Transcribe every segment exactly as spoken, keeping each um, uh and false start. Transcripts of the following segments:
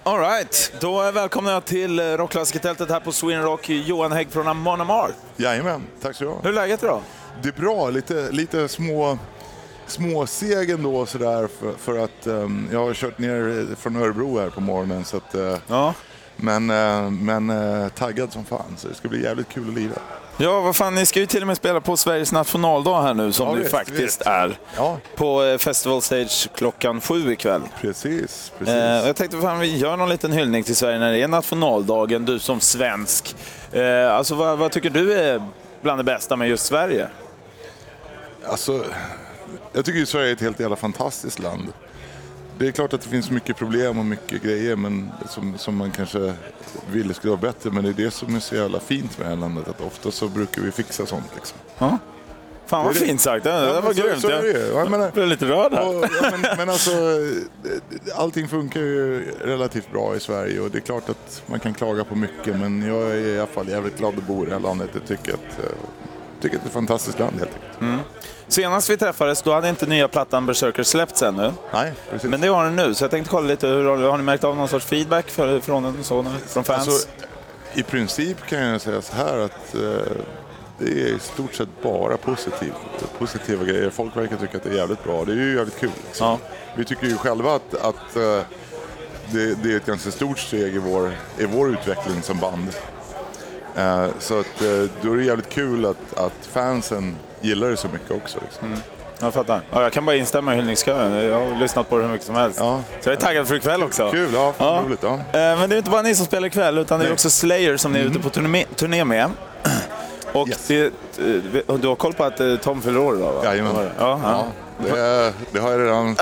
All right, då välkomnar jag till rockklassikertältet här på Sweden Rock, Johan Hägg från Amon Amarth. Jajamän, tack så du ha. Hur är läget idag? Det är bra, lite, lite små, små segen då sådär för, för att um, jag har kört ner från Örebro här på morgonen så att, uh, ja. men, uh, men uh, taggad som fan så det ska bli jävligt kul att lira. Ja, vad fan, ni ska ju till och med spela på Sveriges nationaldag här nu som ja, det faktiskt vet. är. Ja. På Festival Stage klockan sju ikväll. Precis, precis. Eh, jag tänkte fan vi gör någon liten hyllning till Sverige när det är nationaldagen, du som svensk. Eh, alltså vad, vad tycker du är bland det bästa med just Sverige? Alltså, jag tycker ju Sverige är ett helt jävla fantastiskt land. Det är klart att det finns mycket problem och mycket grejer men som, som man kanske ville skulle vara bättre. Men det är det som är så jävla fint med det här landet. Att ofta så brukar vi fixa sånt liksom. Ja. Fan vad fint sagt, det, ja, det var grymt. Jag, jag, jag blev lite rörd här. Och, ja, men, men alltså, allting funkar ju relativt bra i Sverige. Och det är klart att man kan klaga på mycket. Men jag är i alla fall jävligt glad att bo i det här landet. Jag tycker att, jag tycker att det är ett fantastiskt land helt enkelt. Mm. Senast vi träffades, då hade inte nya plattan Berserker släppts ännu. Nej, precis. Men det har den nu, så jag tänkte kolla lite, hur har, har ni märkt av någon sorts feedback för, från den, så, från fans? Alltså, i princip kan jag säga så här att eh, det är i stort sett bara positivt. Positiva grejer. Folk verkar tycka att det är jävligt bra. Det är ju jävligt kul. Liksom. Ja. Vi tycker ju själva att, att eh, det, det är ett ganska stort steg i vår, i vår utveckling som band. Eh, så att, eh, då är det jävligt kul att, att fansen gillar det så mycket också. Liksom. Mm. Jag fattar. Ja, jag kan bara instämma i hyllningskören. Jag har lyssnat på det hur mycket som helst. Ja. Så jag är taggad för ikväll också. Kul, ja. Ja. Roligt, ja. Men det är inte bara ni som spelar ikväll, utan det är också Slayer som ni är ute på turné, turné med. Och yes. det, du har koll på att Tom fyller år idag, va? Jajamän. Ja, ja. Det, det har jag redan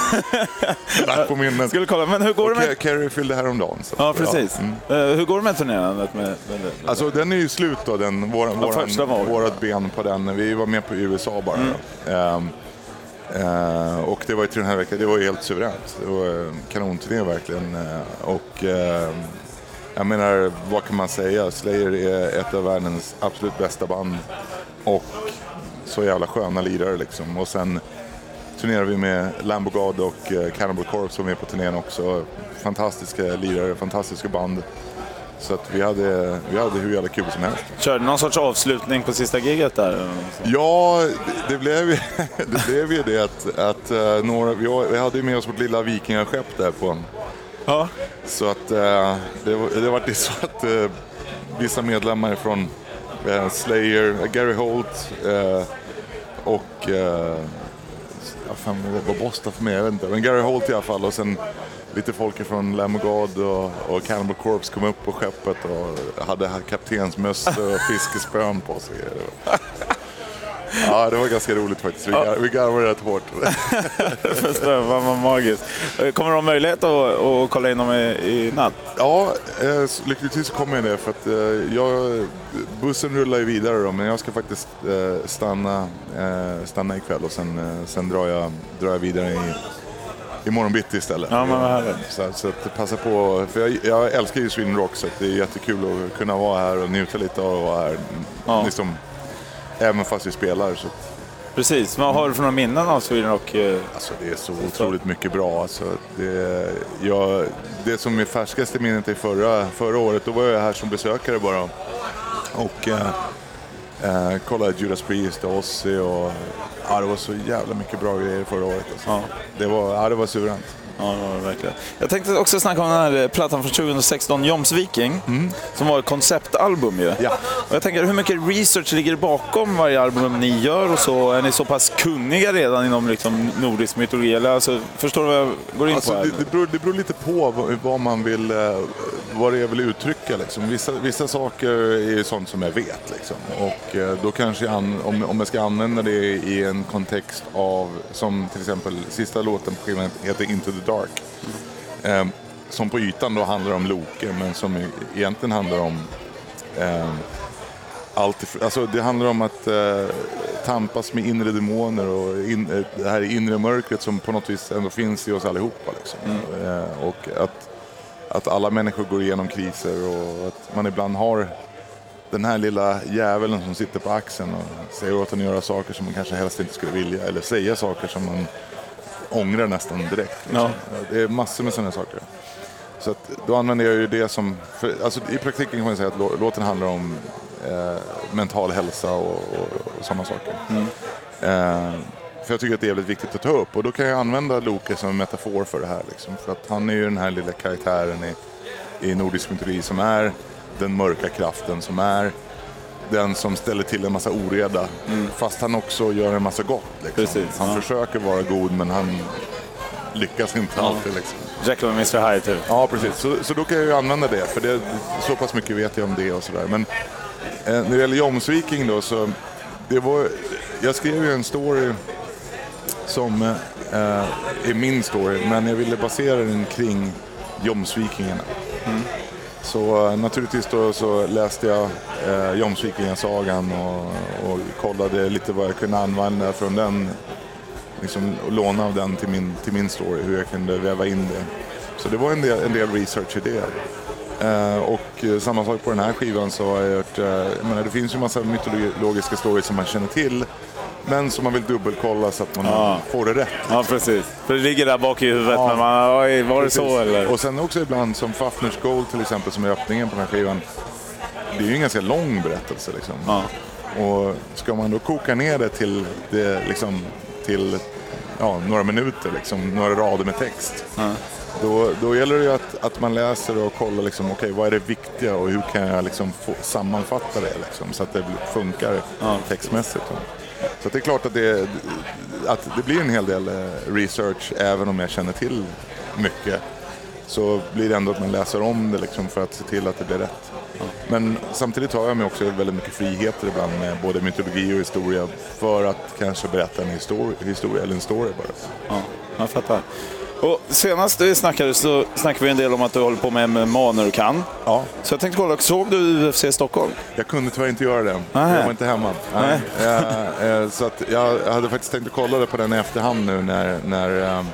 lagt på minnet. Skulle kolla, men hur går och det med... Carrie fyllde häromdagen. Så. Ja, precis. Ja. Mm. Hur går det med turnerandet? Med, med, med... Alltså den är ju slut då, den, vår, ja, våran, vårat ben på den. Vi var med på U S A bara. Mm. Um, uh, och det var ju till den här veckan, det var ju helt suveränt. Det var en kanonturné verkligen. Uh, och uh, jag menar, vad kan man säga? Slayer är ett av världens absolut bästa band. Och så jävla sköna lirare liksom. Och sen turnerar vi med Lamb of God och uh, Cannibal Corpse som är på turnén också. Fantastiska lirare, fantastiska band. Så att vi hade, vi hade hur jävla kul som helst. Körde någon sorts avslutning på sista giget där? Ja, det, det, blev, ju, det blev ju det att, att uh, några, vi, vi hade ju med oss vårt lilla vikingaskepp där på. Ja. Så att uh, det, var, det var det så att uh, vissa medlemmar från uh, Slayer, Gary Holt uh, och uh, ja, fan, vad var Bosta för mig, jag vet inte. Men Gary Holt i alla fall och sen lite folk från Lamb of God och, och Cannibal Corpse kom upp på skeppet och hade kaptensmöss och fiskespön på sig. Ja, det var ganska roligt faktiskt. Vi, gar, vi garvade rätt hårt. Det var magiskt. Kommer du ha möjlighet att, att kolla in dem i, i natt? Ja, eh, lyckligtvis kommer jag det för att eh, jag, bussen rullar ju vidare då, men jag ska faktiskt eh, stanna, eh, stanna ikväll och sen, eh, sen drar, jag, drar jag vidare i imorgon bitti istället. Ja, men vad härligt. Så, så att passa på, för jag, jag älskar ju Sweden Rock så att det är jättekul att kunna vara här och njuta lite av att vara här. Ja. Liksom, även fast vi spelar. Så. Precis, vad har du för några minnen av Sweden Rock? Alltså det är så otroligt mycket bra. Alltså, det, jag, det som är färskaste minnet i förra, förra året, då var jag här som besökare bara. Och eh, eh, kollade Judas Priest och Ozzy och ja, det var så jävla mycket bra grejer förra året. Alltså. Ja. Det var, ja, det var suveränt. Ja, det var verkligen. Jag tänkte också snacka om den här plattan från tjugohundrasexton, Joms Viking, mm. som var ett konceptalbum ju. Ja. Och jag tänker, hur mycket research ligger bakom varje album ni gör och så? Är ni så pass kunniga redan inom liksom nordisk mytologi? Eller, alltså, förstår du vad jag går in alltså, på här? Det, det, beror, det beror lite på vad, vad man vill, vad det är vill uttrycka. Liksom. Vissa, vissa saker är sånt som jag vet. Liksom. Och då kanske jag, om, om jag ska använda det i en kontext av, som till exempel sista låten på skivan heter Into the Dark. Eh, som på ytan då handlar om Loke, men som egentligen handlar om eh, allt ifrån, alltså det handlar om att eh, tampas med inre demoner och in, det här inre mörkret som på något vis ändå finns i oss allihopa liksom. Mm. Eh, och att, att alla människor går igenom kriser och att man ibland har den här lilla jäveln som sitter på axeln och säger åt en att göra saker som man kanske helst inte skulle vilja, eller säga saker som man ångrar nästan direkt. Liksom. Ja. Det är massor med sådana saker. Så att då använder jag ju det som, för, alltså i praktiken kan man säga att lå, låten handlar om eh, mental hälsa och, och, och sådana saker. Mm. Eh, för jag tycker att det är väldigt viktigt att ta upp, och då kan jag använda Loke som en metafor för det här. Liksom. För att han är ju den här lilla karaktären i, i nordisk mytologi som är den mörka kraften, som är den som ställer till en massa oreda, mm. fast han också gör en massa gott. Liksom. Precis, han ja. försöker vara god, men han lyckas inte ja. alltid. Liksom. Jekyll och mister Hyde typ. Ja, precis. Så, så då kan jag ju använda det, för det, så pass mycket vet jag om det och sådär. Men eh, när det gäller Jomsviking då, så det var, jag skrev ju en story som eh, är min story, men jag ville basera den kring Jomsvikingarna. Mm. Så eh, naturligtvis då så läste jag eh, Jomsvikingasagan och, och kollade lite vad jag kunde använda från den, liksom, och låna av den till min, till min story, hur jag kunde väva in det. Så det var en del, en del research i det. Eh, och eh, samma sak på den här skivan, så har jag gjort, eh, jag menar, det finns ju massa mytologiska stories som man känner till, men som man vill dubbelkolla så att man ja. får det rätt. Ja, precis. För det ligger där bak i huvudet, ja. men man, oj, var det precis. så eller? Och sen också ibland som Fafners Gold till exempel, som är öppningen på den här skivan. Det är ju en ganska lång berättelse liksom. Ja. Och ska man då koka ner det till, det, liksom, till ja, några minuter, liksom, några rader med text. Ja. Då, då gäller det ju att, att man läser och kollar liksom, okej, okay, vad är det viktiga och hur kan jag liksom få sammanfatta det liksom, så att det funkar ja. textmässigt. Så det är klart att det, att det blir en hel del research, även om jag känner till mycket. Så blir det ändå att man läser om det liksom, för att se till att det blir rätt. Ja. Men samtidigt har jag mig också väldigt mycket friheter ibland med både mytologi och historia, för att kanske berätta en historia, historia eller en story bara. Ja, jag fattar. Och senast vi snackade så snackade vi en del om att du håller på med M M A när du kan. Ja. Så jag tänkte kolla, såg du U F C Stockholm? Jag kunde tyvärr inte göra det. Aha. Jag var inte hemma. Nej. Jag, så att jag hade faktiskt tänkt att kolla det på den i efterhand nu när, när,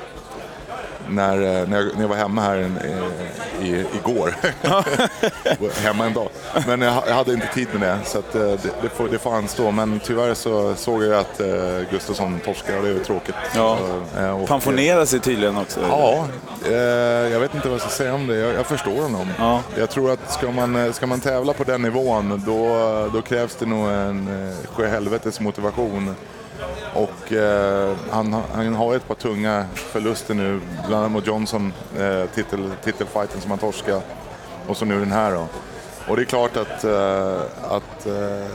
när, när, jag, när jag var hemma här i, i, igår. Hemma en dag. Men jag, jag hade inte tid med det, så att det, det, får, det får anstå. Men tyvärr så såg jag att uh, Gustafsson torskade, och det är ju tråkigt. Ja. Och, pensionera sig tydligen också. Ja, eh, jag vet inte vad jag ska säga om det. Jag, jag förstår honom. Ja. Jag tror att ska man, ska man tävla på den nivån, då, då krävs det nog en eh, sjöhelvetes motivation. Och eh, han, han har ett par tunga förluster nu, bland annat mot Johnson, eh, titel, titelfighten som han torskade, och så nu den här då. Och det är klart att, eh, att eh,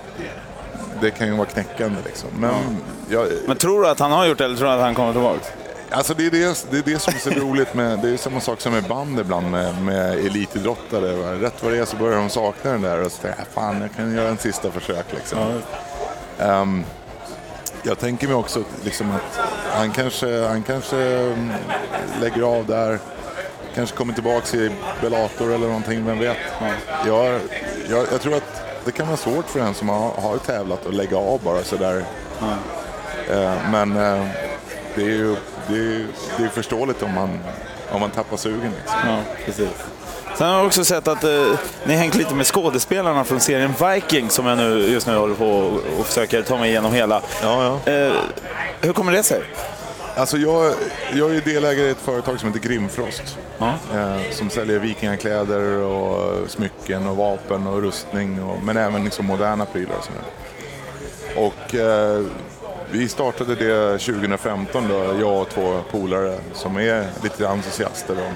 det kan ju vara knäckande liksom. Men, ja. jag, Men tror du att han har gjort det, eller tror du att han kommer tillbaka? Alltså det är det, det är det som är så roligt med, det är samma sak som med band ibland med, med elitidrottare. Rätt vad det är så börjar de sakna den där och så tänker jag, fan jag kan göra en sista försök liksom. Ja. Um, Jag tänker mig också liksom att han kanske, han kanske lägger av där, kanske kommer tillbaka i Bellator eller någonting, vem vet. Jag, jag, jag tror att det kan vara svårt för en som har, har tävlat att lägga av bara sådär. Mm. Eh, men eh, det är ju det är, det är förståeligt om man, om man tappar sugen. Liksom. Ja, precis. Sen har jag också sett att eh, ni hängt lite med skådespelarna från serien Viking, som jag nu, just nu håller på och försöker ta mig igenom hela. Ja, ja. Eh, hur kommer det sig? Alltså jag, jag är delägare i ett företag som heter Grimfrost. Ja. Eh, som säljer vikingakläder och smycken och vapen och rustning. Och, men även liksom moderna prylar och sådär. Och eh, vi startade det tjugo femton då, jag och två polare som är lite entusiaster om.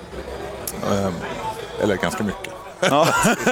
Eh, eller ganska mycket. Ja.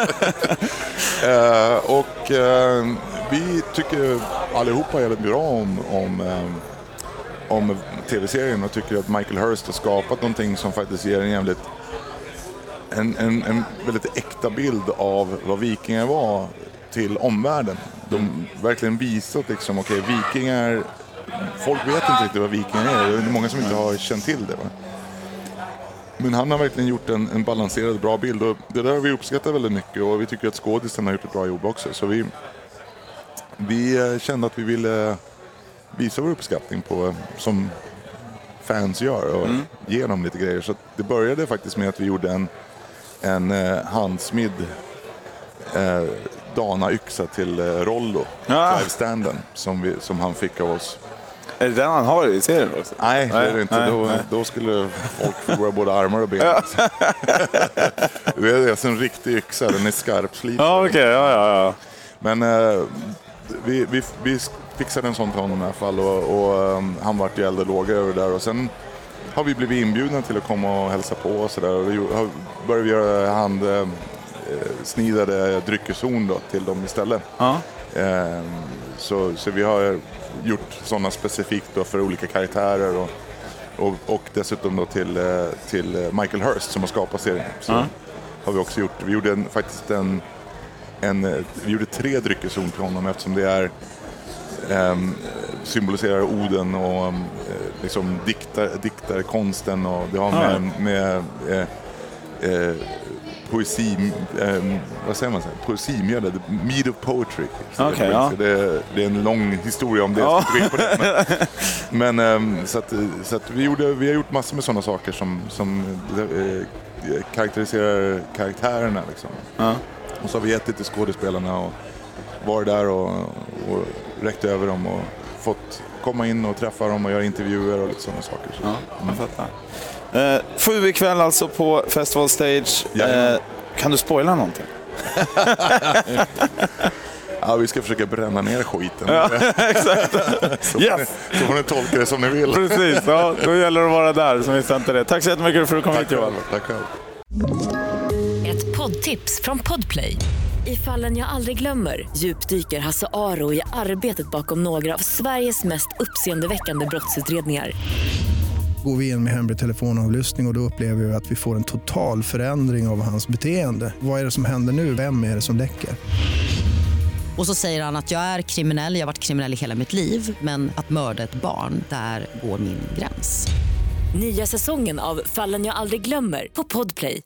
eh, och eh, vi tycker allihopa är väldigt bra om, om, eh, om tv-serien och tycker att Michael Hurst har skapat någonting som faktiskt ger en jävligt en, en, en väldigt äkta bild av vad vikingar var till omvärlden. De verkligen visat liksom, okej, okay, vikingar, folk vet inte riktigt vad vikingar är, det är många som inte har känt till det, va? Men han har verkligen gjort en, en balanserad bra bild, och det där har vi uppskattat väldigt mycket, och vi tycker att skådisarna har gjort ett bra jobb också. Så vi, vi kände att vi ville visa vår uppskattning på, som fans gör, och mm. ge dem lite grejer. Så det började faktiskt med att vi gjorde en, en eh, handsmidd eh, Dana-yxa till eh, Rollo, ja. Clive Standen, som, vi, som han fick av oss. Är det den han har i serien också? Nej, det är det inte. Nej, då, nej. då skulle folk förlora både armar och ben. Ja. Det är alltså en riktig yxa, den är skarpslipad. Ja, okej. Okay. Ja, ja, ja. Men eh, vi, vi, vi fixade en sån till honom i alla fall och, och um, han vart ju eld och låga över där. Och sen har vi blivit inbjudna till att komma och hälsa på och sådär. Och vi har börjat göra hand eh, snidade dryckeshorn då till dem istället. Ja. Eh, så, så vi har gjort sådana specifikt då för olika karaktärer och, och, och dessutom då till, till Michael Hurst som har skapat serien. Så ja. har vi också gjort, vi gjorde en, faktiskt en, en vi gjorde tre dryckeshorn till honom eftersom det är um, symboliserar Oden och um, liksom diktar, diktarkonsten och det har med, ja. med eh, eh, poesi, eh, vad säger man så här? Poesimjöde, the meat of poetry. Så okay, det, ja. det, det är en lång historia om det. Ja. På det. Men, men eh, så, att, så att vi, gjorde, vi har gjort massor med sådana saker som, som eh, karaktäriserar karaktärerna. Liksom. Ja. Och så har vi gett det till skådespelarna och var där och, och räckt över dem och fått komma in och träffa dem och göra intervjuer och lite sådana saker. Så. Ja, jag fattar. Eh, sju ikväll alltså på Festival Stage. Eh, kan du spoila någonting? Ja, vi ska försöka bränna ner skiten. Ja, exakt. Så, yes. får ni, så får ni tolka det som ni vill. Precis, ja, då gäller det att vara där som vi sänder det. Tack så jättemycket för att du kom hit, Johan. Tack själv. Ett poddtips från Podplay. I Fallen jag aldrig glömmer djupdyker Hasse Aro i arbetet bakom några av Sveriges mest uppseendeväckande brottsutredningar. Går vi in med hemlig telefonavlyssning och, och då upplever vi att vi får en total förändring av hans beteende. Vad är det som händer nu? Vem är det som läcker? Och så säger han att jag är kriminell, jag har varit kriminell i hela mitt liv. Men att mörda ett barn, där går min gräns. Nya säsongen av Fallen jag aldrig glömmer på Podplay.